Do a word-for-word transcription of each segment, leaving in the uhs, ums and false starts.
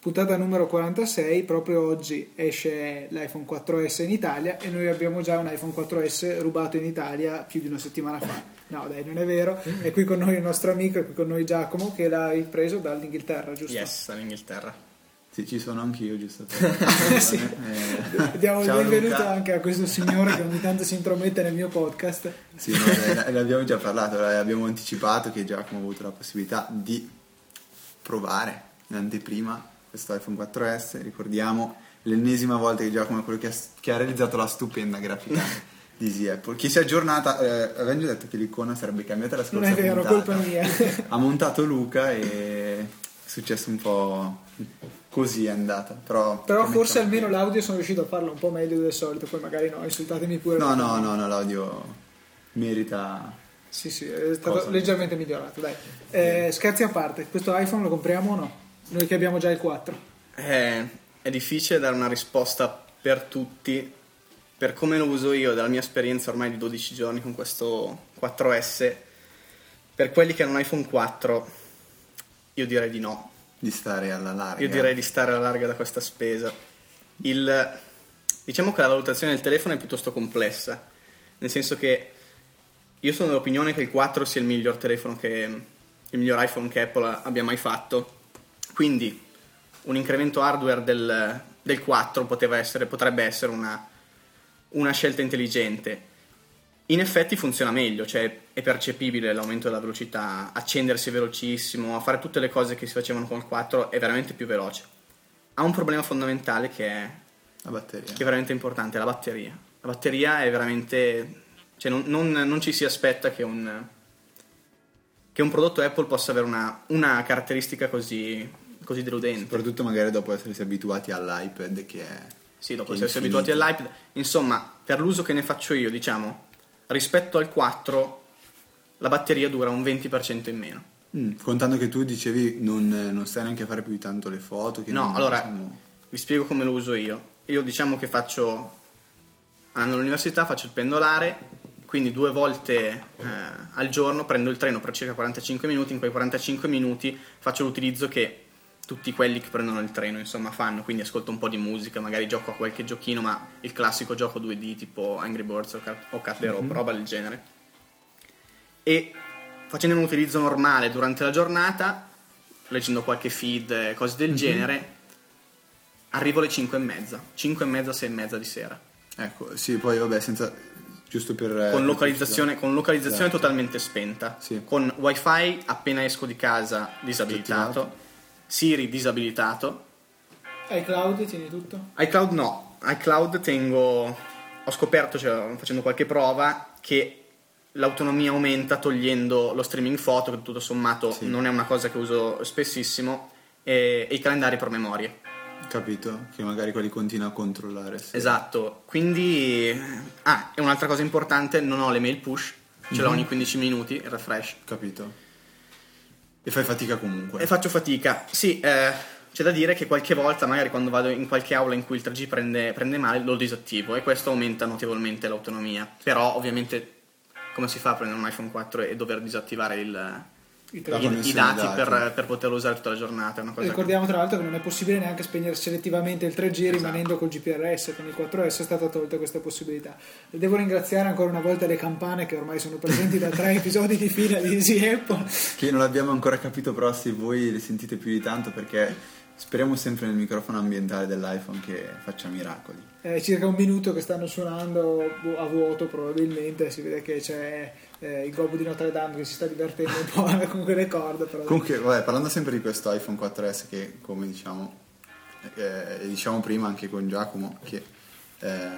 puntata numero quarantasei. Proprio oggi esce l'iPhone quattro S in Italia e noi abbiamo già un iPhone quattro S rubato in Italia più di una settimana fa. No dai, non è vero, è qui con noi il nostro amico, è qui con noi Giacomo, che l'ha ripreso dall'Inghilterra, giusto? Yes, dall'Inghilterra. Sì, ci sono anch'io, giusto? Sì. Eh, diamo il benvenuto anche a questo signore che ogni tanto si intromette nel mio podcast. Sì, no, ne, ne abbiamo già parlato, abbiamo anticipato che Giacomo ha avuto la possibilità di provare in anteprima questo iPhone quattro S. Ricordiamo l'ennesima volta che Giacomo è quello che ha, che ha realizzato la stupenda grafica di Easy Apple, che si è aggiornata. Eh, avevamo già detto che l'icona sarebbe cambiata la scorsa non è vero, puntata. colpa mia. Ha montato Luca e è successo un po' così, è andata, però, però forse almeno l'audio sono riuscito a farlo un po' meglio del solito, poi magari no, insultatemi pure. No no no, no l'audio merita. Sì sì, è stato Cosa? leggermente migliorato, dai. Eh, scherzi a parte, questo iPhone lo compriamo o no? Noi che abbiamo già il quattro. Eh, è difficile dare una risposta per tutti. Per come lo uso io, dalla mia esperienza ormai di dodici giorni con questo quattro S, per quelli che hanno un iPhone quattro io direi di no. Di stare alla larga. Io direi di stare alla larga da questa spesa. Il, diciamo che la valutazione del telefono è piuttosto complessa, nel senso che io sono dell'opinione che il quattro sia il miglior telefono che il miglior iPhone che Apple abbia mai fatto. Quindi un incremento hardware del, del quattro poteva essere, potrebbe essere una, una scelta intelligente. In effetti funziona meglio, cioè è percepibile l'aumento della velocità, accendersi velocissimo, a fare tutte le cose che si facevano con il quattro è veramente più veloce. Ha un problema fondamentale che è, la batteria. che è veramente importante, la batteria. La batteria è veramente, cioè non, non, non ci si aspetta che un, che un prodotto Apple possa avere una, una caratteristica così, così deludente. Soprattutto magari dopo essersi abituati all'iPad, che è... Sì, dopo che essersi infinito. abituati all'iPad. Insomma, per l'uso che ne faccio io, diciamo, rispetto al quattro la batteria dura un venti per cento in meno. Mm, contando che tu dicevi non, non stai neanche a fare più tanto le foto che No, non, allora diciamo... vi spiego come lo uso io. Io diciamo che faccio andando all'università, faccio il pendolare, quindi due volte eh, al giorno prendo il treno per circa quarantacinque minuti. In quei quarantacinque minuti faccio l'utilizzo che tutti quelli che prendono il treno insomma fanno, quindi ascolto un po' di musica, magari gioco a qualche giochino, ma il classico gioco due D tipo Angry Birds o Cat, o Cat the Rope, mm-hmm. roba del genere. E facendo un utilizzo normale durante la giornata, leggendo qualche feed, cose del mm-hmm. genere, arrivo alle cinque e mezza, cinque e mezza, sei e mezza di sera. Ecco, sì, poi vabbè, senza... giusto per... Con localizzazione, con localizzazione esatto. totalmente spenta, sì. Con wifi appena esco di casa disabilitato, Siri disabilitato. iCloud tieni tutto? iCloud no, iCloud tengo, ho scoperto, cioè, facendo qualche prova, che l'autonomia aumenta togliendo lo streaming foto, che tutto sommato sì. non è una cosa che uso spessissimo, e, e i calendari per memorie. Capito, che magari quelli continua a controllare. Sì. Esatto, quindi... Ah, e un'altra cosa importante, non ho le mail push, ce mm-hmm. l'ho ogni quindici minuti, il refresh. Capito. E fai fatica comunque. E faccio fatica, sì, eh, c'è da dire che qualche volta, magari quando vado in qualche aula in cui il tre G prende, prende male, lo disattivo e questo aumenta notevolmente l'autonomia. Però ovviamente come si fa a prendere un iPhone quattro e dover disattivare il... I, I, i dati, dati. Per, per poterlo usare tutta la giornata è una cosa. Ricordiamo che... tra l'altro che non è possibile neanche spegnere selettivamente il tre G esatto. rimanendo col G P R S. Con il quattro S è stata tolta questa possibilità. Devo ringraziare ancora una volta le campane che ormai sono presenti da tre episodi di fila di Easy Apple, che non abbiamo ancora capito, però se voi le sentite più di tanto, perché speriamo sempre nel microfono ambientale dell'iPhone che faccia miracoli. È circa un minuto che stanno suonando a vuoto, probabilmente si vede che c'è eh, il gobbo di Notre Dame che si sta divertendo un po' con quelle corde. Però comunque vabbè, parlando sempre di questo iPhone quattro S, che come diciamo eh, diciamo prima anche con Giacomo, che eh,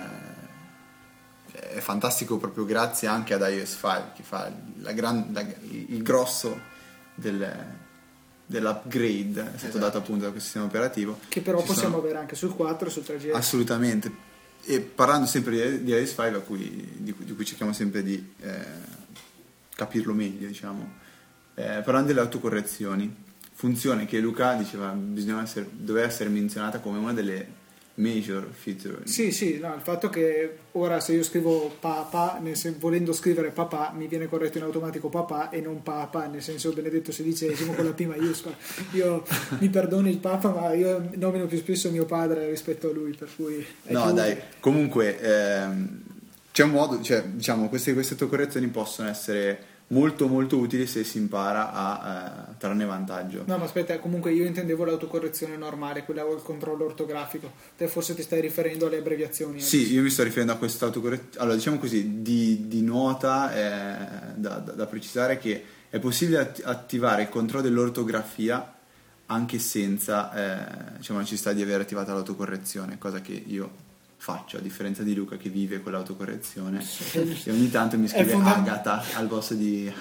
è fantastico proprio grazie anche ad iOS cinque, che fa la gran, la, il grosso del dell'upgrade è stato esatto. dato appunto da questo sistema operativo, che però Ci possiamo sono... avere anche sul quattro e sul tre G S. Assolutamente. E parlando sempre di, di iOS cinque, a cui, di, cui, di cui cerchiamo sempre di eh, capirlo meglio, diciamo, eh, parlando delle autocorrezioni, funzione che Luca diceva bisogna essere, doveva essere menzionata come una delle major feature. Sì, sì, no, il fatto che ora se io scrivo papà, nel sen- volendo scrivere papà, mi viene corretto in automatico papà e non papa, nel senso Benedetto sedicesimo con la P maiuscola. Io mi perdono il papa, ma io nomino più spesso mio padre rispetto a lui, per cui è No, più dai, utile. comunque ehm, c'è un modo, cioè, diciamo, queste, queste autocorrezioni possono essere molto molto utili se si impara a eh, trarne vantaggio. No, ma aspetta, comunque io intendevo l'autocorrezione normale, quella o il controllo ortografico. Te forse ti stai riferendo alle abbreviazioni. Sì, io mi sto riferendo a questa autocorrezione. Allora, diciamo così, di, di nota eh, da, da- da precisare che è possibile att- attivare il controllo dell'ortografia anche senza eh, diciamo, la necessità di aver attivata l'autocorrezione, cosa che io faccio, a differenza di Luca che vive con l'autocorrezione e ogni tanto mi scrive fondam- Agata al posto di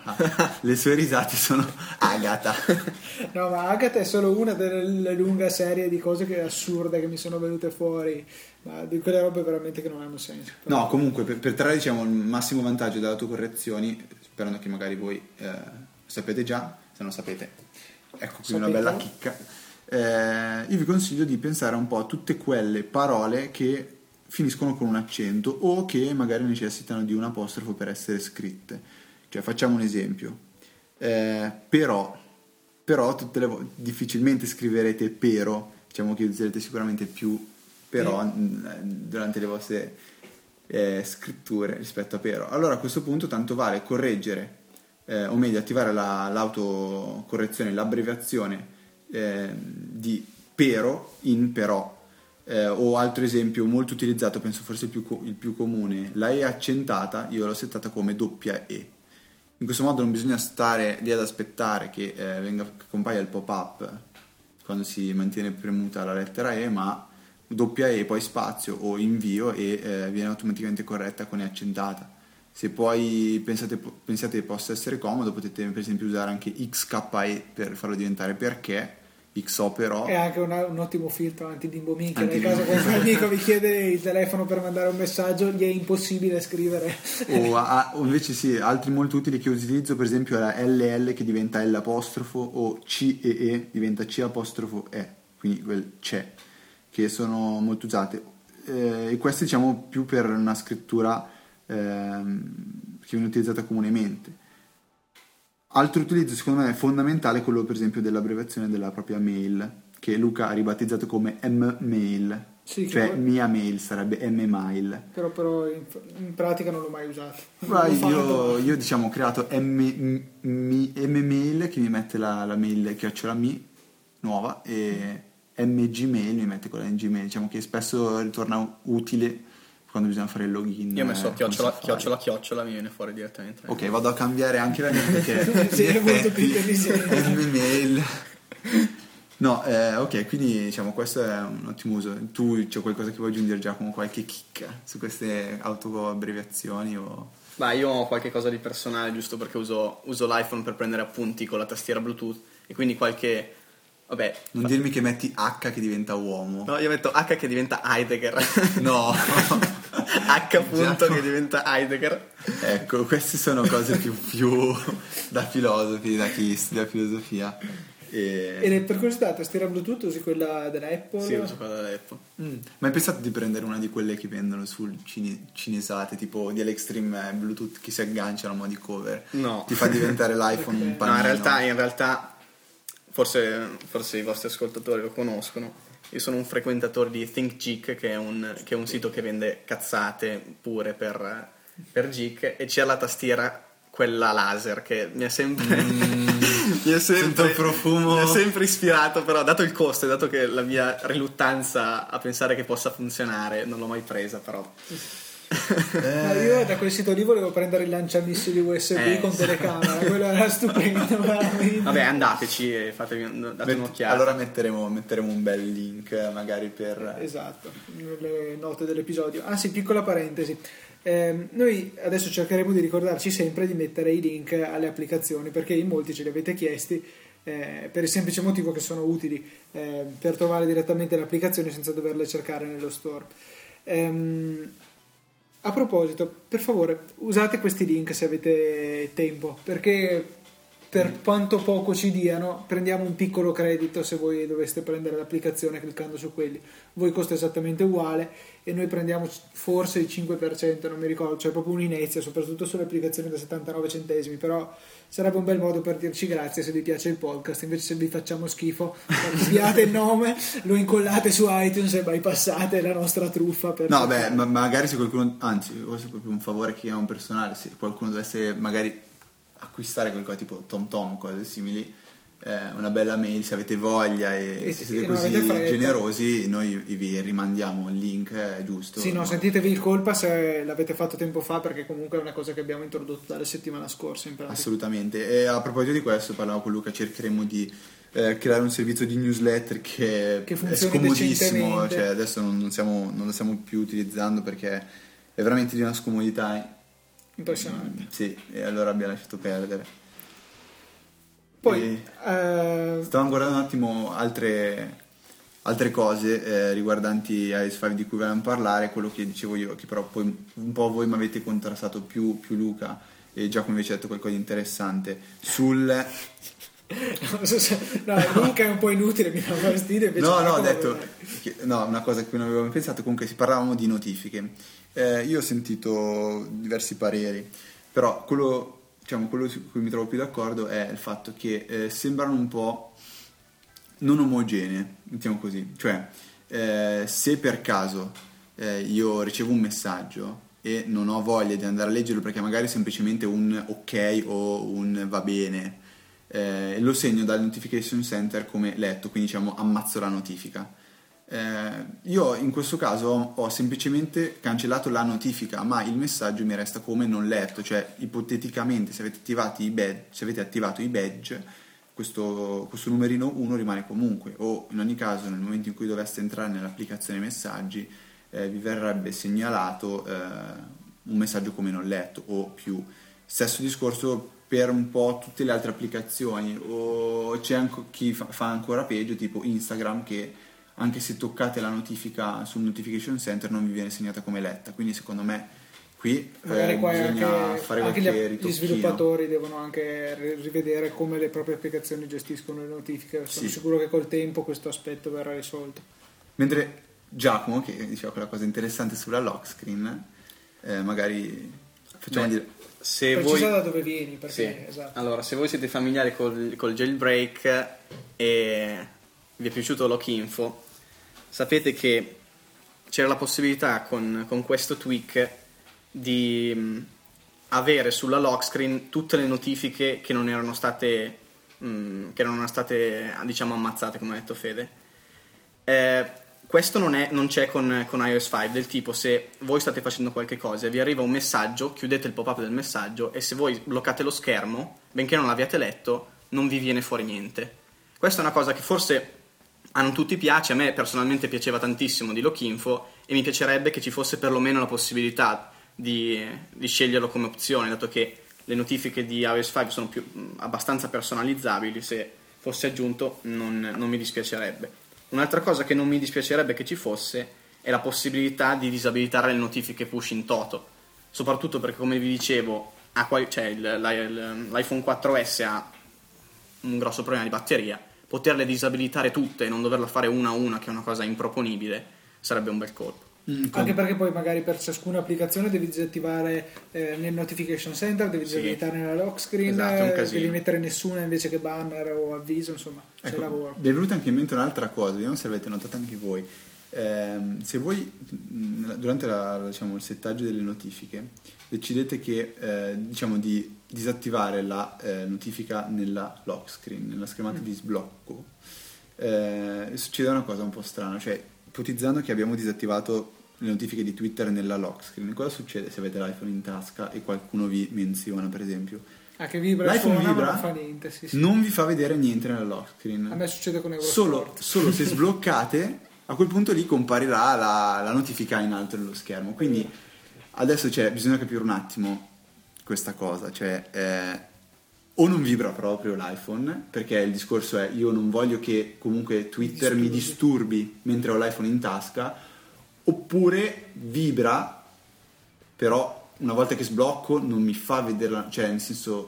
le sue risate sono Agata. No, ma Agatha è solo una delle lunghe serie di cose che assurde che mi sono venute fuori, ma di quelle robe veramente che non hanno senso. Però- No, comunque per, per trarre diciamo, il massimo vantaggio dalle autocorrezioni, sperando che magari voi eh, sapete già, se non sapete, ecco qui una Sapete? bella chicca. Eh, io vi consiglio di pensare un po' a tutte quelle parole che finiscono con un accento o che magari necessitano di un apostrofo per essere scritte. Cioè, facciamo un esempio. Eh, però, però tutte le vo- difficilmente scriverete pero, diciamo che userete sicuramente più però mh, durante le vostre eh, scritture rispetto a pero. Allora a questo punto tanto vale correggere, eh, o meglio attivare la- l'autocorrezione, l'abbreviazione eh, di pero in però. Eh, o altro esempio molto utilizzato, penso forse il più, co- il più comune, la E accentata io l'ho settata come doppia E. In questo modo non bisogna stare lì ad aspettare che, eh, venga, che compaia il pop-up quando si mantiene premuta la lettera E, ma doppia E, poi spazio o invio e eh, viene automaticamente corretta con E accentata. Se poi pensate, pensate possa essere comodo, potete per esempio usare anche X K E per farlo diventare perché, X O però. È anche una- un ottimo filtro anti-dimbo minchia. Nel Anti-dimbo. caso che un amico vi chiede il telefono per mandare un messaggio, gli è impossibile scrivere. O, a- o invece sì, altri molto utili che utilizzo per esempio è la L L che diventa L apostrofo o C E E diventa C apostrofo E, quindi quel c'è, che sono molto usate. Eh, e queste diciamo più per una scrittura ehm, che viene utilizzata comunemente. Altro utilizzo secondo me è fondamentale quello per esempio dell'abbreviazione della propria mail, che Luca ha ribattezzato come M-mail, Sì, che cioè poi- mia mail sarebbe M-mail. Però, però in, in pratica non l'ho mai usato. Ma L'ho fatto. io, io diciamo ho creato M, M, M-mail che mi mette la, la mail chiocciola mi nuova e M-Gmail mi mette quella in Gmail, diciamo che spesso ritorna utile quando bisogna fare il login. Io ho messo eh, chiocciola, con Safari. chiocciola, chiocciola, mi viene fuori direttamente. Ok, vado a cambiare anche la mia perché Sì, in è molto più effetti intelligente. M-mail. No, eh, ok, quindi diciamo questo è un ottimo uso. Tu c'è qualcosa che vuoi aggiungere già come qualche chicca su queste autoabbreviazioni o... Ma io ho qualche cosa di personale giusto perché uso, uso l'iPhone per prendere appunti con la tastiera Bluetooth e quindi qualche... Vabbè, Non dirmi che metti H che diventa uomo. no, io metto H che diventa Heidegger. No. H punto che diventa Heidegger. Ecco, queste sono cose più, più da filosofi, da chi studia filosofia. E... E per curiosità, tastiera Bluetooth usi quella dell'Apple? Sì, uso quella dell'Apple. Mm. Ma hai pensato di prendere una di quelle che vendono sul cine- cinesate, tipo di Extreme Bluetooth che si agganciano a mo' di cover? No. Ti fa diventare l'iPhone un No, panino. in realtà, in realtà forse, forse i vostri ascoltatori lo conoscono. Io sono un frequentatore di ThinkGeek, che è un, che è un sito che vende cazzate pure per, per Geek, e c'è la tastiera, quella laser, che mi ha sempre, mi ha Sento sempre, il profumo. mi ha sempre ispirato, però dato il costo e dato che la mia riluttanza a pensare che possa funzionare, non l'ho mai presa, però... Ma io da quel sito lì volevo prendere il lanciamissili U S B Eh. con telecamera, quello era stupendo, veramente. Vabbè, andateci e fatevi, date Met- un'occhiata. allora metteremo, metteremo un bel link eh, magari per... Esatto, nelle note dell'episodio. Ah sì, piccola parentesi. Ehm, noi adesso cercheremo di ricordarci sempre di mettere i link alle applicazioni, perché in molti ce li avete chiesti, eh, per il semplice motivo che sono utili eh, per trovare direttamente le applicazioni senza doverle cercare nello store. Ehm, a proposito, per favore, usate questi link se avete tempo, perché per quanto poco ci diano, prendiamo un piccolo credito se voi doveste prendere l'applicazione cliccando su quelli. Voi costa esattamente uguale e noi prendiamo forse il cinque per cento, non mi ricordo, cioè proprio un'inezia, soprattutto sulle applicazioni da settantanove centesimi, però sarebbe un bel modo per dirci grazie se vi piace il podcast. Invece se vi facciamo schifo, copiate il nome, lo incollate su iTunes e bypassate la nostra truffa. Per no, beh, ma magari se qualcuno, anzi, questo è proprio un favore che chiama un personale, se qualcuno dovesse magari acquistare qualcosa tipo TomTom, cose simili, eh, una bella mail se avete voglia e, e se siete e così generosi generosi, noi vi rimandiamo il link, eh, giusto? Sì, no, no, sentitevi il colpa se l'avete fatto tempo fa, perché comunque è una cosa che abbiamo introdotto dalla settimana scorsa in pratica. Assolutamente. E a proposito di questo, parlavo con Luca, cercheremo di eh, creare un servizio di newsletter che, Che è funzioni scomodissimo, decentemente. cioè adesso non, non, siamo, non lo stiamo più utilizzando perché è veramente di una scomodità Impressionante. sì, e allora abbiamo lasciato perdere. Poi E eh, stavamo guardando un attimo altre, altre cose eh, riguardanti iOS cinque di cui volevamo parlare, quello che dicevo io, che però poi un po' voi mi avete contrastato più, più Luca, e Giacomo invece ha detto qualcosa di interessante sul... non so se, no, Luca è un po' inutile, mi dà fastidio. Invece No, no, ho Giacomo detto doveva- che, no, una cosa che non avevamo pensato, comunque si parlavamo di notifiche. Eh, io ho sentito diversi pareri, però quello, diciamo, quello su cui mi trovo più d'accordo è il fatto che eh, sembrano un po' non omogenee, mettiamo così. Cioè, eh, se per caso eh, io ricevo un messaggio e non ho voglia di andare a leggerlo perché magari è semplicemente un ok o un va bene, eh, lo segno dal notification center come letto, quindi diciamo ammazzo la notifica. Eh, io in questo caso ho, ho semplicemente cancellato la notifica, ma il messaggio mi resta come non letto, cioè ipoteticamente se avete attivati i badge, se avete attivato i badge, questo, questo numerino uno rimane comunque, o in ogni caso nel momento in cui doveste entrare nell'applicazione messaggi eh, vi verrebbe segnalato eh, un messaggio come non letto o più. Stesso discorso per un po' tutte le altre applicazioni, o c'è anche chi fa, fa ancora peggio, tipo Instagram, che anche se toccate la notifica sul notification center non vi viene segnata come letta, quindi secondo me qui magari eh, qua bisogna anche, fare anche qualche gli, gli ritocchino. sviluppatori devono anche ri- rivedere come le proprie applicazioni gestiscono le notifiche. Sono Sì. sicuro che col tempo questo aspetto verrà risolto. Mentre Giacomo, che diceva quella cosa interessante sulla lock screen, eh, magari facciamo Beh, dire... se Precisa voi da dove vieni, perché Sì. esatto. Allora, se voi siete familiari col, col jailbreak e vi è piaciuto Lockinfo, sapete che c'era la possibilità con, con questo tweak di mh, avere sulla lock screen tutte le notifiche che non erano state mh, che non erano state diciamo ammazzate, come ha detto Fede. Eh, questo non, è, non c'è con, con iOS cinque, del tipo se voi state facendo qualche cosa e vi arriva un messaggio, chiudete il pop-up del messaggio e se voi bloccate lo schermo, benché non l'abbiate letto, non vi viene fuori niente. Questa è una cosa che forse a non tutti piace, a me personalmente piaceva tantissimo di Lockinfo e mi piacerebbe che ci fosse perlomeno la possibilità di, di sceglierlo come opzione, dato che le notifiche di iOS cinque sono più, abbastanza personalizzabili. Se fosse aggiunto non, non mi dispiacerebbe. Un'altra cosa che non mi dispiacerebbe che ci fosse è la possibilità di disabilitare le notifiche push in toto, soprattutto perché, come vi dicevo, ha qual- cioè il, l'i- l'iPhone quattro esse ha un grosso problema di batteria. Poterle disabilitare tutte e non doverla fare una a una, che è una cosa improponibile, sarebbe un bel colpo. Mm, Anche perché poi magari per ciascuna applicazione devi disattivare eh, nel notification center, devi Sì. disabilitare nella lock screen, Esatto, è un eh, casino. devi mettere nessuna invece che banner o avviso, insomma c'è Ecco, lavoro. mi è venuta anche in mente un'altra cosa, vediamo se avete notato anche voi. Ehm, se voi mh, durante la, diciamo, il settaggio delle notifiche decidete che eh, diciamo di disattivare la eh, notifica nella lock screen, nella schermata Mm. di sblocco, eh, succede una cosa un po' strana, cioè ipotizzando che abbiamo disattivato le notifiche di Twitter nella lock screen, cosa succede se avete l'iPhone in tasca e qualcuno vi menziona, per esempio? Ah, che vibra, L'iPhone suona, ma vibra, non fa niente, sì, sì. non vi fa vedere niente nella lock screen. A me succede con Eurosport. Solo, solo se sbloccate, a quel punto lì comparirà la, la notifica in alto nello schermo. Quindi adesso c'è, bisogna capire un attimo questa cosa, cioè eh, o non vibra proprio l'iPhone, perché il discorso è io non voglio che comunque Twitter mi disturbi mentre ho l'iPhone in tasca, oppure vibra, però una volta che sblocco non mi fa vedere, cioè nel senso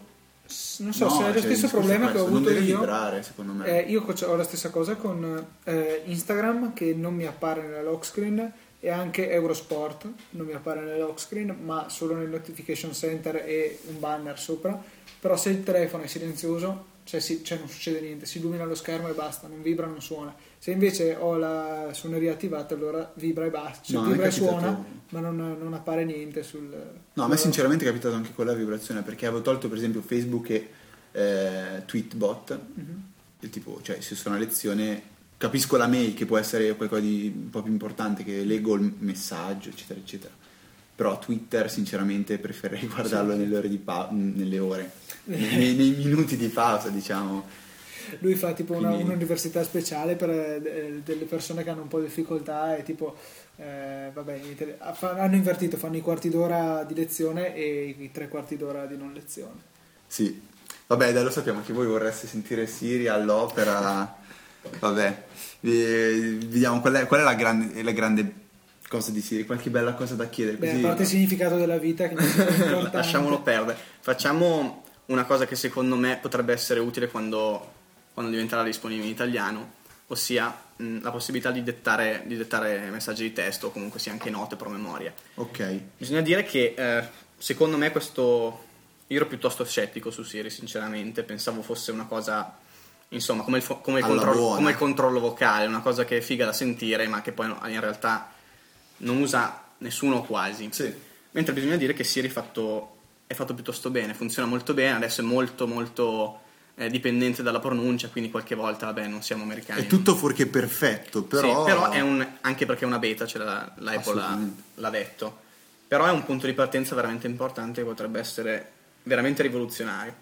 Non so No, se è lo cioè, stesso il problema che ho questo, non avuto deve io. vibrare, secondo me. Eh, io ho la stessa cosa con eh, Instagram, che non mi appare nella lock screen, e anche Eurosport non mi appare nella lock screen, ma solo nel notification center e un banner sopra. Però se il telefono è silenzioso, cioè, si, cioè non succede niente, si illumina lo schermo e basta, non vibra, non suona. Se invece ho la suoneria attivata, allora vibra e basta, cioè, No, a me è vibra e capitato- suona, ma non, non appare niente sul... No, a me sinceramente è capitato anche con la vibrazione, perché avevo tolto per esempio Facebook e eh, Tweetbot, Mm-hmm. e tipo, cioè se sono a lezione capisco la mail che può essere qualcosa di un po' più importante, che leggo il messaggio, eccetera, eccetera. Però Twitter sinceramente preferirei guardarlo Sì, sì. nelle ore di pa- nelle ore, nei, nei minuti di pausa, diciamo. Lui fa tipo una, Quindi- un'università speciale per eh, delle persone che hanno un po' di difficoltà e tipo eh, vabbè, niente, fa- hanno invertito, fanno i quarti d'ora di lezione e i tre quarti d'ora di non lezione. Sì, vabbè, dai, lo sappiamo che voi vorreste sentire Siri all'opera. Vabbè, vi- vediamo qual è, qual è la grande, la grande cosa di Siri, qualche bella cosa da chiedere. Beh, Così, a parte il significato della vita che non è importante. Lasciamolo perdere. Facciamo una cosa che secondo me potrebbe essere utile quando, quando diventerà disponibile in italiano, ossia mh, la possibilità di dettare, di dettare messaggi di testo o comunque sia anche note promemoria. Ok, Bisogna dire che eh, secondo me questo... Io ero piuttosto scettico su Siri, sinceramente. Pensavo fosse una cosa, insomma, come il, fo- come il, Alla controllo, buona. come il controllo vocale, una cosa che è figa da sentire, ma che poi no- in realtà non usa nessuno quasi. sì. Mentre bisogna dire che Siri è fatto, è fatto piuttosto bene, funziona molto bene, adesso è molto molto eh, dipendente dalla pronuncia, quindi qualche volta, vabbè, non siamo americani. È tutto fuorché perfetto, però... Sì, però è un, anche perché è una beta, ce l'ha, l'Apple l'ha, Assolutamente. l'ha detto. Però è un punto di partenza veramente importante che potrebbe essere veramente rivoluzionario.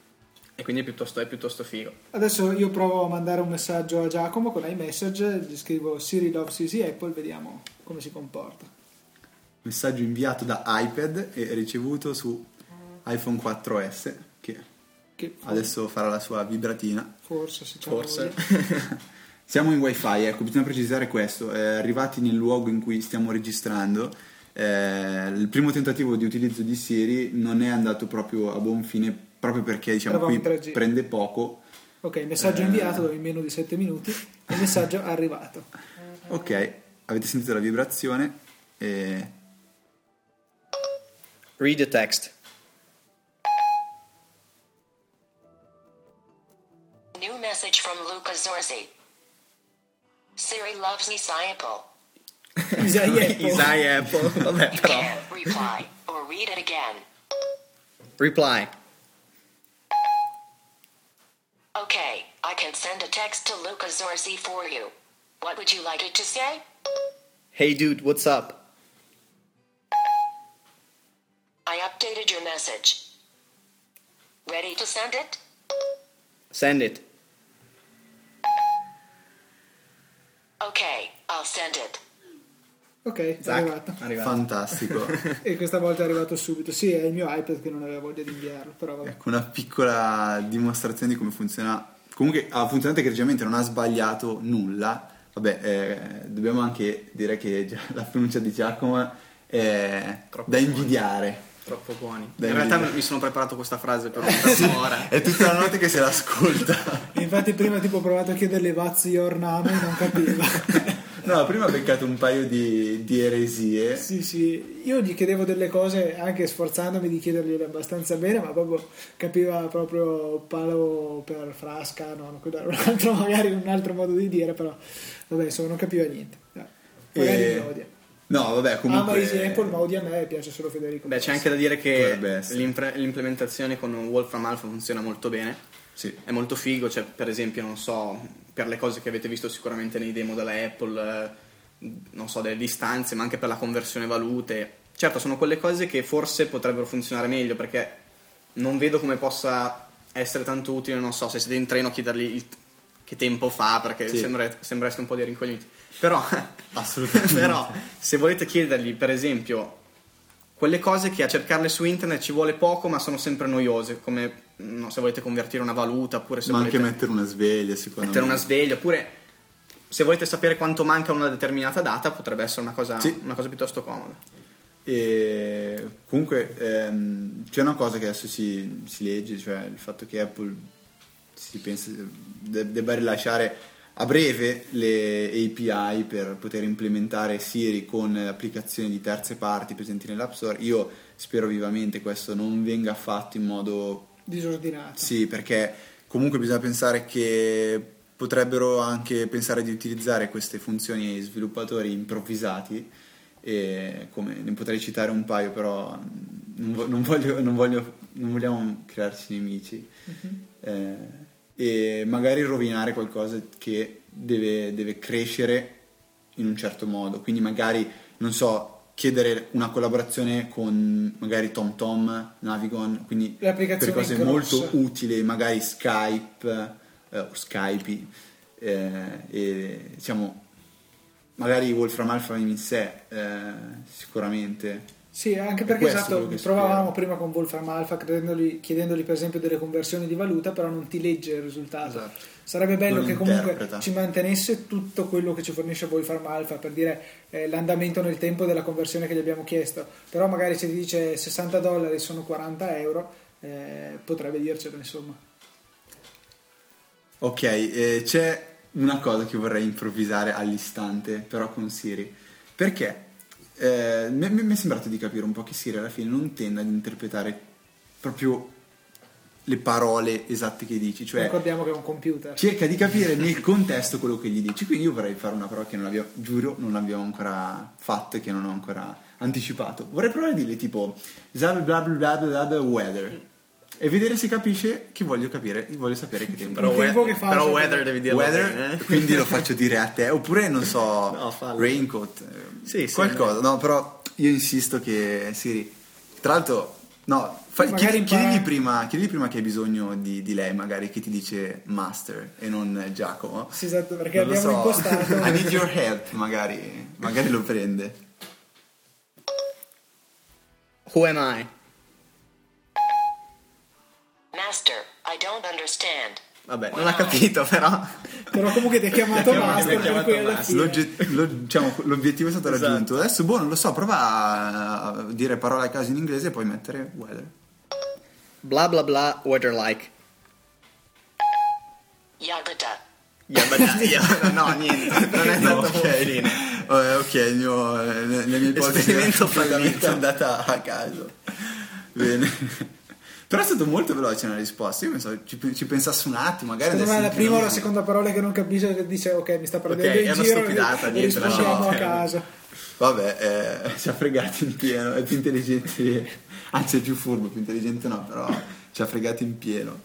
E quindi è piuttosto, è piuttosto figo. Adesso io provo a mandare un messaggio a Giacomo con iMessage, gli scrivo Siri loves Easy Apple, vediamo come si comporta. Messaggio inviato da iPad e ricevuto su iPhone quattro S, che Che for- adesso farà la sua vibratina. forse se c'è Forse. voglia. Siamo in wifi, ecco, bisogna precisare questo. Eh, arrivati nel luogo in cui stiamo registrando, eh, il primo tentativo di utilizzo di Siri non è andato proprio a buon fine, proprio perché diciamo Eravamo qui in tre G. prende poco. Ok, messaggio Eh. inviato in meno di sette minuti, il messaggio è arrivato. Ok, avete sentito la vibrazione e... Read the text. New message from Luca Zorzi. Siri loves Easy Apple. Isai Apple. Isai Apple, vabbè, You però. can reply or read it again. Reply. Okay, I can send a text to Luca Zorzi for you. What would you like it to say? Hey dude, what's up? I updated your message. Ready to send it? Send it. Okay, I'll send it. Ok, è Zac, arrivato. arrivato. Fantastico. E questa volta è arrivato subito. Sì, è il mio iPad che non aveva voglia di inviarlo, però vabbè. Ecco, una piccola dimostrazione di come funziona. Comunque ha funzionato egregiamente, non ha sbagliato nulla. Vabbè, eh, dobbiamo anche dire che già la pronuncia di Giacomo è Troppo da invidiare. Troppo buoni. Dai, In realtà vedi. mi sono preparato questa frase per un'ora. È tutta la notte che se l'ascolta. E infatti prima tipo ho provato a chiederle what's your name e non capiva. No, prima ha beccato un paio di, di eresie. Sì, sì, io gli chiedevo delle cose anche sforzandomi di chiedergliele abbastanza bene, ma proprio capiva proprio palo per frasca, no, quello era un altro, magari un altro modo di dire, però vabbè, insomma non capiva niente. Eh, Magari E- mi odia. No, vabbè, Ama comunque... Easy Apple, ma odia me e piace solo Federico. Beh, c'è anche da dire che Potrebbe essere. l'impre- l'implementazione con Wolfram Alpha funziona molto bene. Sì. È molto figo, cioè per esempio, non so, per le cose che avete visto sicuramente nei demo della Apple, eh, non so, delle distanze, ma anche per la conversione valute. Certo, sono quelle cose che forse potrebbero funzionare meglio, perché non vedo come possa essere tanto utile, non so, se siete in treno chiedergli il- che tempo fa, perché Sì. sembra- sembreste un po' dei rincoglioniti. Però, Assolutamente. però, se volete chiedergli, per esempio, quelle cose che a cercarle su internet ci vuole poco, ma sono sempre noiose, come no, se volete convertire una valuta, oppure se Ma volete anche mettere una sveglia, secondo mettere me. una sveglia, oppure se volete sapere quanto manca una determinata data, potrebbe essere una cosa, Sì. una cosa piuttosto comoda. E comunque ehm, c'è una cosa che adesso si, si legge, cioè il fatto che Apple si pensa de- debba rilasciare a breve le A P I per poter implementare Siri con applicazioni di terze parti presenti nell'App Store. Io spero vivamente questo non venga fatto in modo disordinato. Sì, perché comunque bisogna pensare che potrebbero anche pensare di utilizzare queste funzioni sviluppatori improvvisati, e come ne potrei citare un paio, però non, vo- non voglio, non voglio non vogliamo crearci nemici. Mhm. eh, e magari rovinare qualcosa che deve, deve crescere in un certo modo, quindi magari non so, chiedere una collaborazione con magari TomTom, Navigon, quindi Le per applicazioni cose grosse. molto utili, magari Skype eh, o Skype, eh, e diciamo magari Wolfram Alpha in sé, eh, sicuramente. Sì, anche È perché questo esatto, quello che provavamo spero. prima con Wolfram Alpha chiedendogli, chiedendogli per esempio delle conversioni di valuta, però non ti legge il risultato. Esatto. Sarebbe bello Non che comunque interpreta. ci mantenesse tutto quello che ci fornisce Wolfram Alpha, per dire eh, l'andamento nel tempo della conversione che gli abbiamo chiesto, però magari se ti dice sessanta dollari sono quaranta euro, eh, potrebbe dircelo, insomma. Ok, eh, c'è una cosa che vorrei improvvisare all'istante, però con Siri. Perché eh, mi, mi è sembrato di capire un po' che Siri alla fine non tende ad interpretare proprio le parole esatte che dici, cioè Ricordiamo che è un computer. cerca di capire nel contesto quello che gli dici. Quindi io vorrei fare una prova che non abbiamo, giuro, non abbiamo ancora fatto e che non ho ancora anticipato. Vorrei provare a dirgli tipo bla bla bla bla bla weather e vedere se capisce che voglio capire, voglio sapere che tempo. Però, Il tempo we- che fa, però cioè, weather devi dirlo Weather, bene, eh? quindi lo faccio dire a te, oppure non so, No, fallo. raincoat, eh, Sì, sì, qualcosa. No, però io insisto che Siri, tra l'altro, no, fa- Sì, magari chiedi- impara- chiedigli prima, chiedigli prima che hai bisogno di, di lei, magari che ti dice master e non Giacomo. Sì, esatto, perché Non lo abbiamo so. impostato. I need your help, magari, magari lo prende. Who am I? Master, I don't understand. Vabbè, non ha capito però. Però comunque ti ha chiamato Mi ha master, per chiamato cui alla master. fine- L'ogge- lo- diciamo, l'obiettivo è stato Esatto. raggiunto. Adesso, boh, non lo so, prova a, a dire parole a caso in inglese e poi mettere weather. Bla bla bla, weather like. Yagata. Yabba- yabba- no, niente, non è andato a buon fine. Eh, ok, il mio, eh, le le mie ipotesi Esperimento completamente fallito. è andata a caso. Bene. Però è stato molto veloce nella risposta. Io penso, ci, ci pensassi un attimo, magari. Secondo me adesso la prima o la sentiamo- seconda parola che non capisce dice ok, mi sta prendendo Ok, è in una giro stupidata, e niente, rispondiamo no. a caso. Vabbè, eh, ci ha fregato in pieno, è più intelligente, anzi è più furbo, più intelligente no, però ci ha fregato in pieno.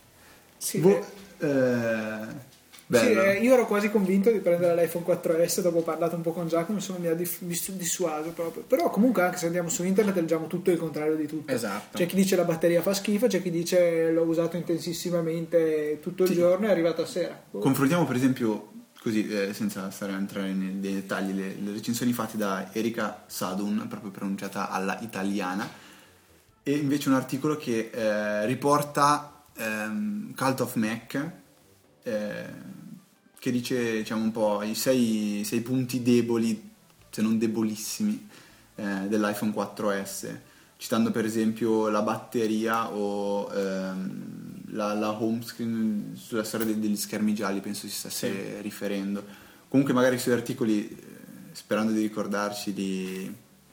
Sì, Boh, eh, eh, sì, bello. eh, io ero quasi convinto di prendere l'iPhone quattro S dopo ho parlato un po' con Giacomo, insomma mi ha dis- dis- dissuaso proprio. Però comunque anche se andiamo su internet leggiamo tutto il contrario di tutto. Esatto. C'è chi dice la batteria fa schifo, c'è chi dice l'ho usato intensissimamente tutto il giorno e è arrivato a sera. Boh. Confrontiamo per esempio, così eh, senza stare a entrare nei, nei dettagli, le, le recensioni fatte da Erika Sadun, proprio pronunciata alla italiana, e invece un articolo che eh, riporta ehm, Cult of Mac, eh, che dice diciamo un po' i sei, sei punti deboli, se non debolissimi, eh, dell'iPhone quattro S, citando per esempio la batteria o ehm, la, la home screen. Sulla storia de- degli schermi gialli penso si stesse Sì. riferendo. Comunque magari sui articoli, eh, sperando di ricordarci, li,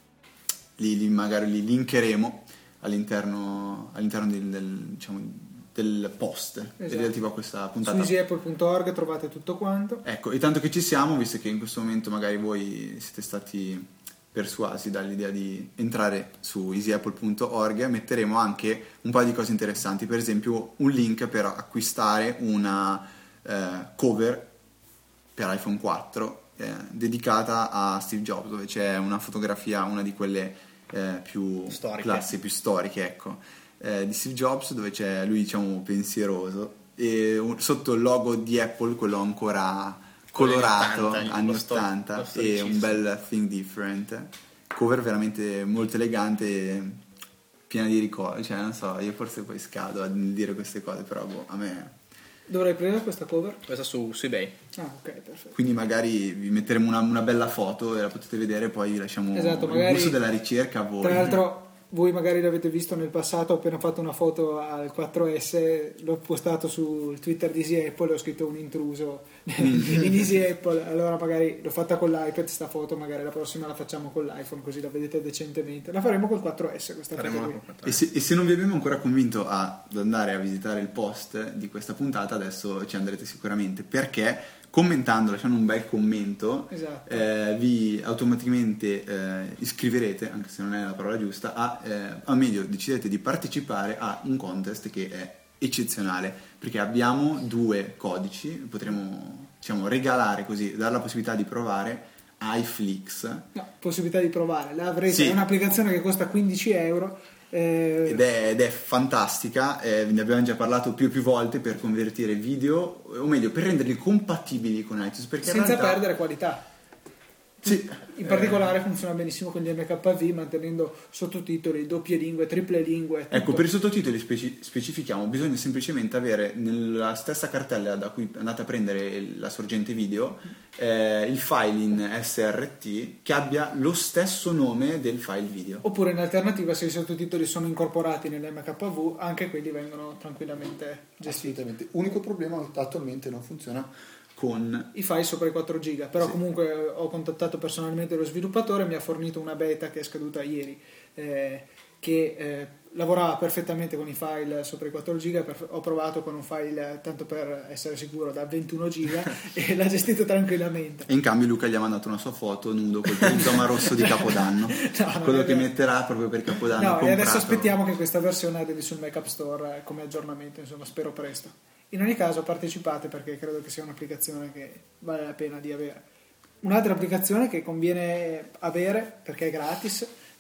li, li magari li linkeremo all'interno, all'interno del, del, diciamo, del post Esatto. relativo a questa Su puntata. easy apple punto org trovate tutto quanto. Ecco, e tanto che ci siamo, visto che in questo momento magari voi siete stati persuasi dall'idea di entrare su easy apple punto org, metteremo anche un paio di cose interessanti, per esempio un link per acquistare una eh, cover per iPhone quattro eh, dedicata a Steve Jobs, dove c'è una fotografia, una di quelle eh, più Storiche. classiche, più storiche, ecco, eh, di Steve Jobs, dove c'è lui, diciamo, pensieroso, e un- sotto il logo di Apple, quello ancora colorato, Quello anni ottanta, anni lo sto- ottanta, lo e storicissimo. un bel Think Different, cover veramente molto elegante e piena di ricordi, cioè non so, io forse poi scado a dire queste cose, però boh, a me Dovrei prendere questa cover? Questa su, su eBay. Ah, ok, perfetto. Quindi magari vi metteremo una, una bella foto e la potete vedere, poi vi lasciamo Esatto, il magari- gusto della ricerca a voi. Tra l'altro voi magari l'avete visto nel passato, ho appena fatto una foto al quattro S, l'ho postato sul Twitter di Easy Apple e ho scritto un intruso in Easy Apple, allora magari l'ho fatta con l'iPad sta foto, magari la prossima la facciamo con l'iPhone così la vedete decentemente. La faremo col quattro S questa Faremo foto una qui. foto. E se, e se non vi abbiamo ancora convinto ad andare a visitare il post di questa puntata, adesso ci andrete sicuramente, perché commentando, lasciando un bel commento, Esatto. eh, vi automaticamente eh, iscriverete, anche se non è la parola giusta, a, eh, o meglio, decidete di partecipare a un contest che è eccezionale, perché abbiamo due codici, potremo diciamo regalare così, dare la possibilità di provare iFlix. No, possibilità di provare, la avrete, Sì. è un'applicazione che costa quindici euro. eh, Ed è, ed è fantastica, eh, ne abbiamo già parlato più e più volte, per convertire video, o meglio per renderli compatibili con iTunes, perché in senza realtà, perdere qualità. sì, In particolare funziona benissimo con gli M K V, mantenendo sottotitoli, doppie lingue, triple lingue. ecco, tutto. per i sottotitoli speci- specifichiamo, bisogna semplicemente avere nella stessa cartella da cui andate a prendere la sorgente video eh, il file in S R T che abbia lo stesso nome del file video. Oppure in alternativa, se i sottotitoli sono incorporati nell'M K V, anche quelli vengono tranquillamente gestiti. Assolutamente. Unico problema, attualmente non funziona. Con I file sopra i quattro giga, però Sì. comunque ho contattato personalmente lo sviluppatore, mi ha fornito una beta che è scaduta ieri, eh, che eh, lavorava perfettamente con i file sopra i quattro giga. Per- ho provato con un file, eh, tanto per essere sicuro, da ventuno giga e l'ha gestito tranquillamente. E in cambio Luca gli ha mandato una sua foto nudo col perizoma rosso di Capodanno, No, non quello è che vero. metterà proprio per Capodanno. No, e comprato. adesso aspettiamo che questa versione arrivi sul Mac App Store eh, come aggiornamento, insomma, spero presto. In ogni caso partecipate, perché credo che sia un'applicazione che vale la pena di avere. Un'altra applicazione che conviene avere perché è gratis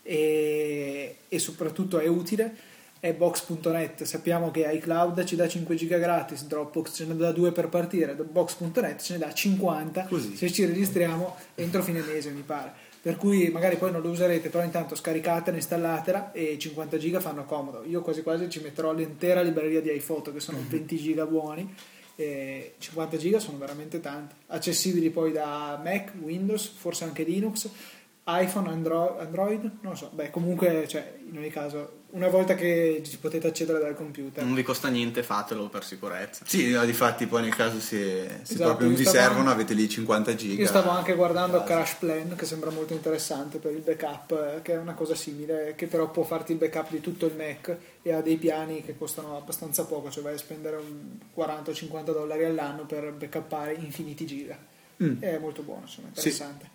e, e soprattutto è utile è box punto net. Sappiamo che iCloud ci dà cinque giga gratis, Dropbox ce ne dà due per partire, box punto net ce ne dà cinquanta Così. se ci registriamo entro fine mese, mi pare. Per cui magari poi non lo userete, però intanto scaricatela, installatela e cinquanta giga fanno comodo. Io quasi quasi ci metterò l'intera libreria di iPhoto, che sono venti giga buoni, e cinquanta giga sono veramente tanti. Accessibili poi da Mac, Windows, forse anche Linux, iPhone, Andro- Android, non lo so. Beh, comunque, cioè, in ogni caso, una volta che ci potete accedere dal computer. Non vi costa niente, fatelo per sicurezza. Sì, no, difatti poi nel caso se, se Esatto, proprio non io vi stavo servono anche- avete lì cinquanta giga. Io stavo anche guardando Crash Plan, che sembra molto interessante per il backup, eh, che è una cosa simile, che però può farti il backup di tutto il Mac e ha dei piani che costano abbastanza poco, cioè vai a spendere un quaranta o cinquanta dollari all'anno per backuppare infiniti giga. Mm. È molto buono, insomma, Sì. interessante.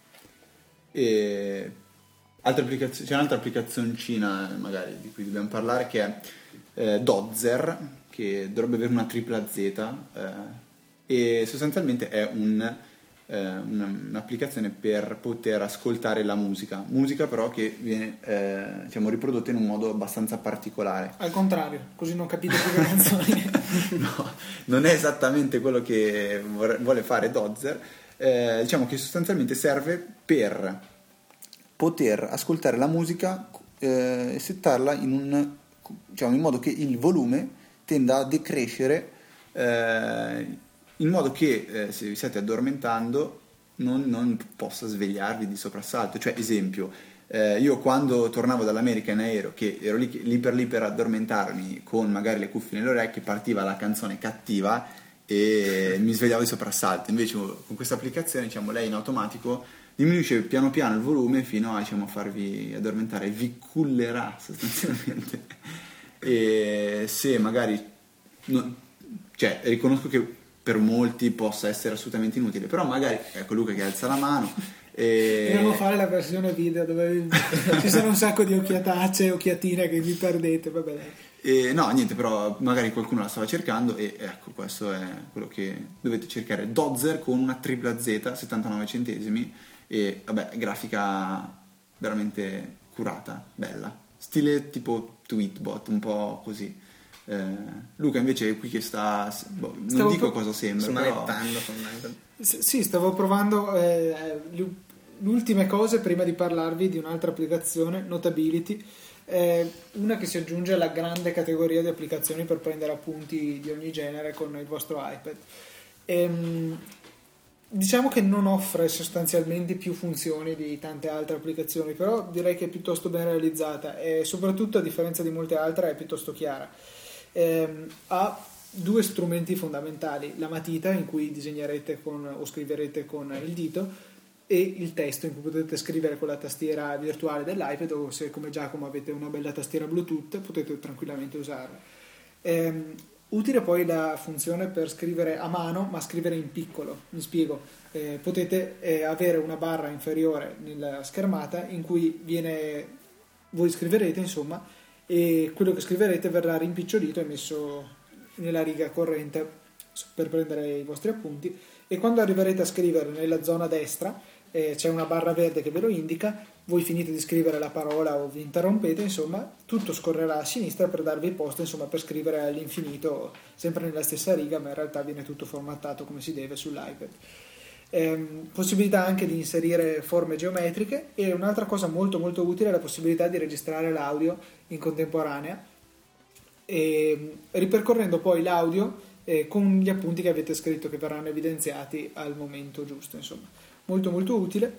E altre applicazio- c'è un'altra applicazioncina magari di cui dobbiamo parlare, che è eh, Dozzer, che dovrebbe avere una tripla Z eh, e sostanzialmente è un, eh, una- un'applicazione per poter ascoltare la musica musica però che viene eh, diciamo riprodotta in un modo abbastanza particolare. Al contrario, così non capite più le canzoni. No, non è esattamente quello che vor- vuole fare Dozzer. Eh, diciamo che sostanzialmente serve per poter ascoltare la musica eh, e settarla in un diciamo in modo che il volume tenda a decrescere eh, in modo che eh, se vi state addormentando non, non possa svegliarvi di soprassalto. Cioè, esempio, eh, io quando tornavo dall'America in aereo, che ero lì, lì per lì per addormentarmi con magari le cuffie nelle orecchie, partiva la canzone cattiva e mi svegliavo di soprassalto. Invece con questa applicazione, diciamo, lei in automatico diminuisce piano piano il volume fino a, diciamo, farvi addormentare, vi cullerà sostanzialmente. E se magari no, cioè riconosco che per molti possa essere assolutamente inutile, però magari ecco Luca che alza la mano e Dobbiamo fare la versione video dove ci sono un sacco di occhiatacce e occhiatine che vi perdete, vabbè dai. E no, niente, però magari qualcuno la stava cercando e ecco, questo è quello che dovete cercare. Dozzer con una tripla Z, settantanove centesimi e vabbè, grafica veramente curata, bella. Stile tipo Tweetbot, un po' così. Eh, Luca invece è qui che sta, boh, non Stavo dico pro- cosa sembra, però Smanettando con S- Sì, stavo provando eh, le ultime cose prima di parlarvi di un'altra applicazione, Notability, è una che si aggiunge alla grande categoria di applicazioni per prendere appunti di ogni genere con il vostro iPad. Ehm, diciamo che non offre sostanzialmente più funzioni di tante altre applicazioni, però direi che è piuttosto ben realizzata e soprattutto, a differenza di molte altre, è piuttosto chiara. Ehm, ha due strumenti fondamentali: la matita in cui disegnerete con, o scriverete con il dito, e il testo in cui potete scrivere con la tastiera virtuale dell'iPad, o se come Giacomo avete una bella tastiera Bluetooth potete tranquillamente usarla. Ehm, utile poi la funzione per scrivere a mano, ma scrivere in piccolo. Mi spiego: eh, potete eh, avere una barra inferiore nella schermata in cui viene, voi scriverete insomma, e quello che scriverete verrà rimpicciolito e messo nella riga corrente per prendere i vostri appunti, e quando arriverete a scrivere nella zona destra eh, c'è una barra verde che ve lo indica, voi finite di scrivere la parola o vi interrompete, insomma tutto scorrerà a sinistra per darvi posto, insomma, per scrivere all'infinito sempre nella stessa riga, ma in realtà viene tutto formattato come si deve sull'iPad. Ehm, possibilità anche di inserire forme geometriche, e un'altra cosa molto molto utile è la possibilità di registrare l'audio in contemporanea, e ripercorrendo poi l'audio eh, con gli appunti che avete scritto, che verranno evidenziati al momento giusto, insomma molto molto utile.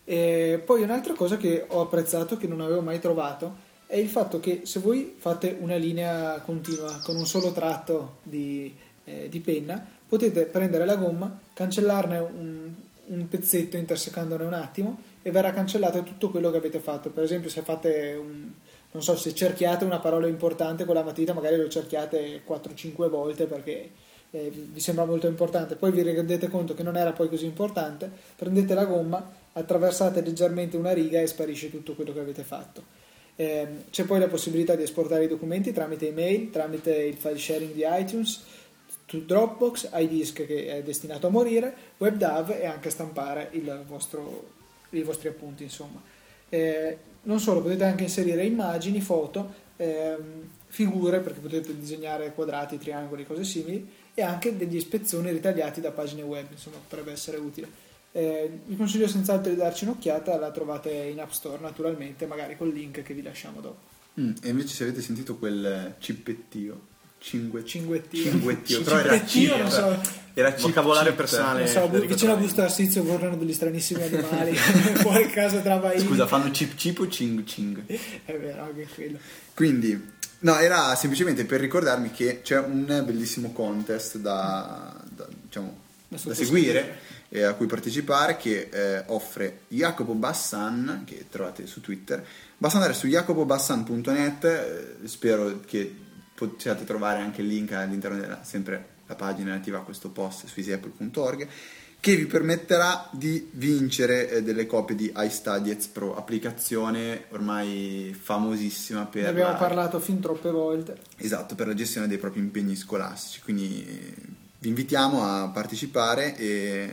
E poi un'altra cosa che ho apprezzato, che non avevo mai trovato, è il fatto che se voi fate una linea continua con un solo tratto di, eh, di penna, potete prendere la gomma, cancellarne un, un pezzetto intersecandone un attimo, e verrà cancellato tutto quello che avete fatto. Per esempio, se fate un, non so, se cerchiate una parola importante con la matita, magari lo cerchiate quattro cinque volte perché eh, vi sembra molto importante, poi vi rendete conto che non era poi così importante, prendete la gomma, attraversate leggermente una riga e sparisce tutto quello che avete fatto. Eh, c'è poi la possibilità di esportare i documenti tramite email, tramite il file sharing di iTunes, Dropbox, iDisk, che è destinato a morire, WebDAV, e anche stampare il vostro, i vostri appunti, insomma. Eh, non solo, potete anche inserire immagini, foto, ehm, figure, perché potete disegnare quadrati, triangoli, cose simili, e anche degli spezzoni ritagliati da pagine web, insomma potrebbe essere utile. Eh, vi consiglio senz'altro di darci un'occhiata, la trovate in App Store naturalmente, magari col link che vi lasciamo dopo. Mm, e invece se avete sentito quel cippettio, cingue, Cinguettio, cinguettio, però era Cinguettio, chip, non so, era chip, vocabolario chip. personale. non so, Federico vicino a Travaini. Busto Arsizio corrono degli stranissimi animali, fuori casa Travaini. Scusa, fanno chip chip o cing cing? È vero, anche quello. Quindi, no, era semplicemente per ricordarmi che c'è un bellissimo contest da, da, diciamo, Da da sottoscrivere. seguire, e a cui partecipare, che eh, offre Jacopo Bassan, che trovate su Twitter. Basta andare su jacopo bassan punto net, eh, spero che possiate trovare anche il link all'interno della sempre la pagina relativa a questo post su easyapple punto org, che vi permetterà di vincere eh, delle copie di iStudiez Pro, applicazione ormai famosissima per Ne abbiamo la, parlato fin troppe volte. esatto, per la gestione dei propri impegni scolastici. Quindi eh, vi invitiamo a partecipare, e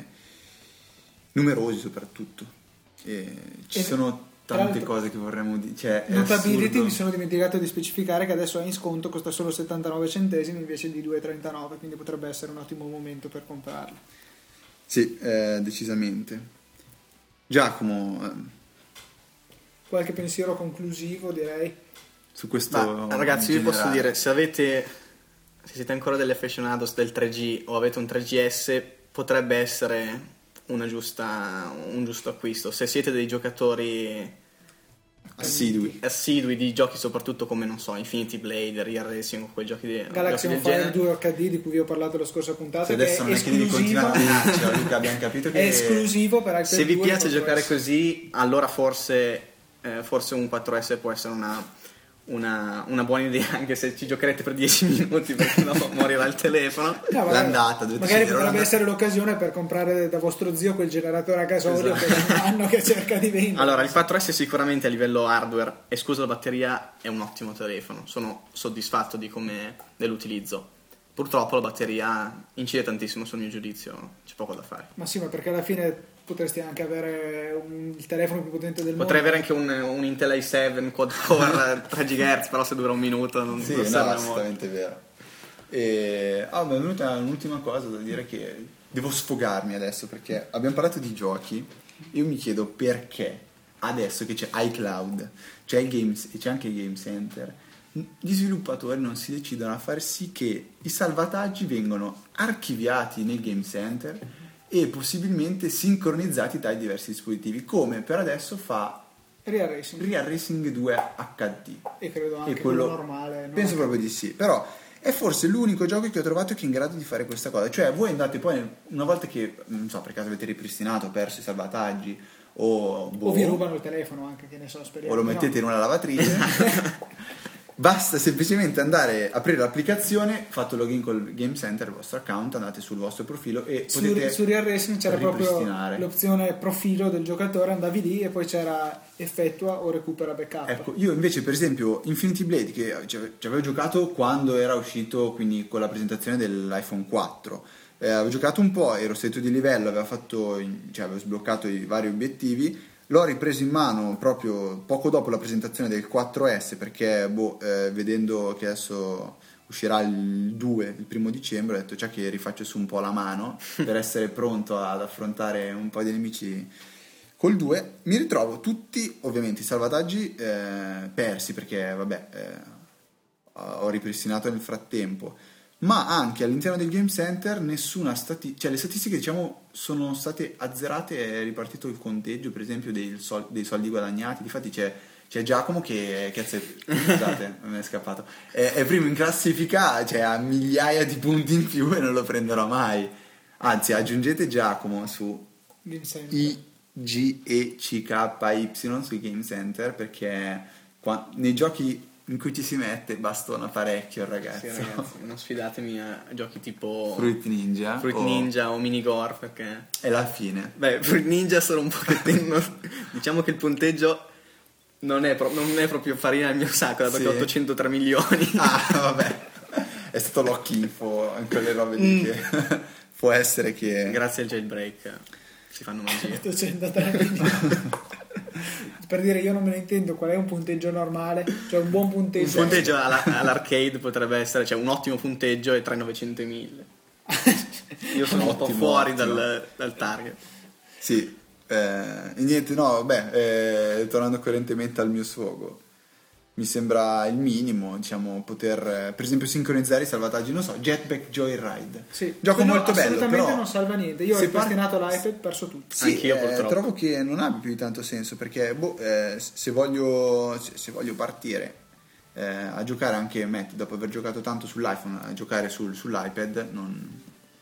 numerosi soprattutto. E ci E- sono tra tante l'altro, cose che vorremmo dire, cioè, è Notability, assurdo. mi sono dimenticato di specificare che adesso è in sconto, costa solo settantanove centesimi invece di due e trentanove, quindi potrebbe essere un ottimo momento per comprarlo. Sì, eh, decisamente. Giacomo, eh, Qualche pensiero conclusivo, direi. su questo Ma, ragazzi, vi posso generale. dire, se avete, se siete ancora degli aficionados del tre G o avete un tre G S, potrebbe essere una giusta, un giusto acquisto. Se siete dei giocatori assidui. assidui di giochi, soprattutto come, non so, Infinity Blade, Real Racing o quei giochi di Galaxy giochi on del Fire genere. due H D di cui vi ho parlato la scorsa puntata, Se che adesso è non è che devi esclusivo, continuare a minaccia, Luca, abbiamo capito che è esclusivo per iPad Se vi due, piace quattro giocare S. così, allora forse, eh, forse un quattro S può essere una, una, una buona idea, anche se ci giocherete per dieci minuti, perché no morirà il telefono. No, magari- l'andata, dovete magari scegliere potrebbe l'andata. essere l'occasione per comprare da vostro zio quel generatore a gasolio Esatto. che è un anno che cerca di vendere. Allora, il quattro S sicuramente a livello hardware, esclusa la batteria, è un ottimo telefono. Sono soddisfatto di come dell'utilizzo. Purtroppo la batteria incide tantissimo sul mio giudizio, c'è poco da fare. Ma sì, ma perché alla fine potresti anche avere un- il telefono più potente del Potrei mondo. avere anche un, un Intel i sette quad core tre gigahertz, però se dura un minuto non, Sì, non no, serve molto. assolutamente vero. E ah, mi è venuta un'ultima cosa da dire, che devo sfogarmi adesso, perché abbiamo parlato di giochi. Io mi chiedo perché adesso che c'è iCloud, c'è il Games e c'è anche il Game Center, gli sviluppatori non si decidono a far sì che i salvataggi vengano archiviati nel Game Center e possibilmente sincronizzati dai diversi dispositivi, come per adesso fa Real Racing. Real Racing due acca di. E credo anche E quello- quello normale. no? Penso proprio di sì, però è forse l'unico gioco che ho trovato che è in grado di fare questa cosa. Cioè voi andate poi, una volta che, non so, per caso avete ripristinato, perso i salvataggi o, boh, O vi rubano il telefono anche, che ne so, speriamo. o lo di no. mettete in una lavatrice, basta semplicemente andare, aprire l'applicazione, fatto login col Game Center, il vostro account, andate sul vostro profilo e Su, potete su Real Racing c'era proprio ripristinare. l'opzione profilo del giocatore, andavi lì e poi c'era effettua o recupera backup. Ecco, io invece per esempio Infinity Blade, che ci ave- ci avevo giocato quando era uscito, quindi con la presentazione dell'iPhone quattro, eh, avevo giocato un po', ero salito di livello, avevo fatto, in- cioè avevo sbloccato i vari obiettivi, l'ho ripreso in mano proprio poco dopo la presentazione del quattro S, perché boh, eh, vedendo che adesso uscirà il due, il primo dicembre, ho detto già che rifaccio su un po' la mano per essere pronto ad affrontare un po' di nemici. Col due mi ritrovo tutti ovviamente i salvataggi eh, persi, perché vabbè eh, ho ripristinato nel frattempo, ma anche all'interno del Game Center nessuna stati- cioè le statistiche diciamo sono state azzerate, è ripartito il conteggio per esempio dei, sol- dei soldi guadagnati. Difatti c'è, c'è Giacomo che cazzo è, scusate mi è scappato, è, è primo in classifica, cioè ha migliaia di punti in più e non lo prenderò mai. Anzi, aggiungete Giacomo su Game Center. I G E C K Y sui Game Center, perché qua- nei giochi in cui ci si mette bastona parecchio il ragazzo. Sì, ragazzi, non sfidatemi a giochi tipo Fruit Ninja Fruit o- Ninja o Minigore, perché è la fine. beh, Fruit Ninja sono un pochettino diciamo che il punteggio non è, pro- non è proprio farina al mio sacco, dato Sì. che ho ottocentotre milioni. Ah, vabbè, è stato l'occhifo in quelle robe lì che può essere che Grazie al jailbreak si fanno magie. ottocentotré milioni. Per dire, io non me ne intendo qual è un punteggio normale, cioè un buon Un punteggio. punteggio alla- all'arcade potrebbe essere, cioè un ottimo punteggio è tra i novecento e i mille. Io sono un po' Ottimo, fuori ottimo. dal, dal target. sì, eh, e niente, no, vabbè, eh, tornando coerentemente al mio sfogo, mi sembra il minimo, diciamo, poter eh, per esempio sincronizzare i salvataggi, non so, Jetpack Joyride. Sì. Gioco Quello molto bello, assolutamente però non salva niente. Io ho se par- ripristinato l'iPad, perso tutto. Sì, Anch'io, eh, purtroppo. trovo che non abbia più di tanto senso, perché boh, eh, se, voglio, se, se voglio partire eh, a giocare anche Matt, dopo aver giocato tanto sull'iPhone, a giocare sul- sull'iPad non,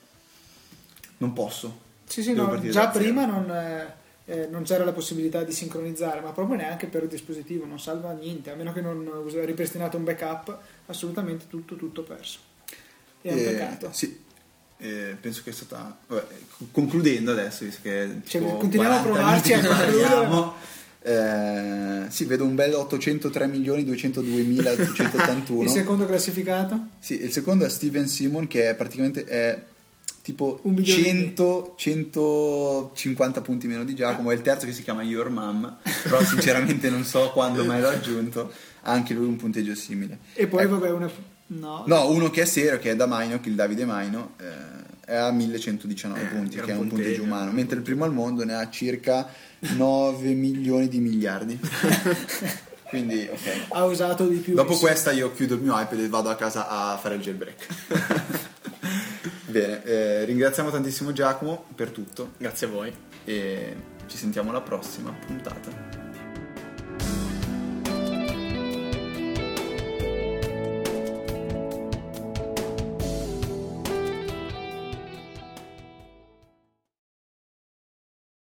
non posso. Sì, sì, Devo no, partire già da zero. prima non, eh, eh, non c'era la possibilità di sincronizzare, ma proprio neanche per il dispositivo, non salva niente, a meno che non us- ripristinato un backup, assolutamente tutto, tutto perso. È un Eh, peccato. Sì, eh, penso che è stata... Vabbè, concludendo adesso, visto che Cioè, tipo continuiamo a quaranta provarci a minuti che concludere. parliamo, eh, sì, vedo un bel ottocentotre milioni duecentoduemilaottocentottantuno. Il secondo classificato? Sì, il secondo è Steven Simon, che è praticamente è tipo Un milione di- cento centocinquanta punti meno di Giacomo, e il terzo che si chiama Your Mom, però sinceramente non so quando mai l'ho aggiunto, ha anche lui un punteggio simile. E poi Ecco. vabbè una... No, No, uno che è serio, che è da Maino, che il Davide Maino, eh, è a millecentodiciannove Eh, punti, gran che è un punteggio punteggio. umano, mentre il primo al mondo ne ha circa nove milioni di miliardi. Quindi, ok. ha usato di più. Dopo Sì. questa io chiudo il mio iPad e vado a casa a fare il jailbreak. Bene, eh, ringraziamo tantissimo Giacomo per tutto Grazie a voi. e ci sentiamo alla prossima puntata.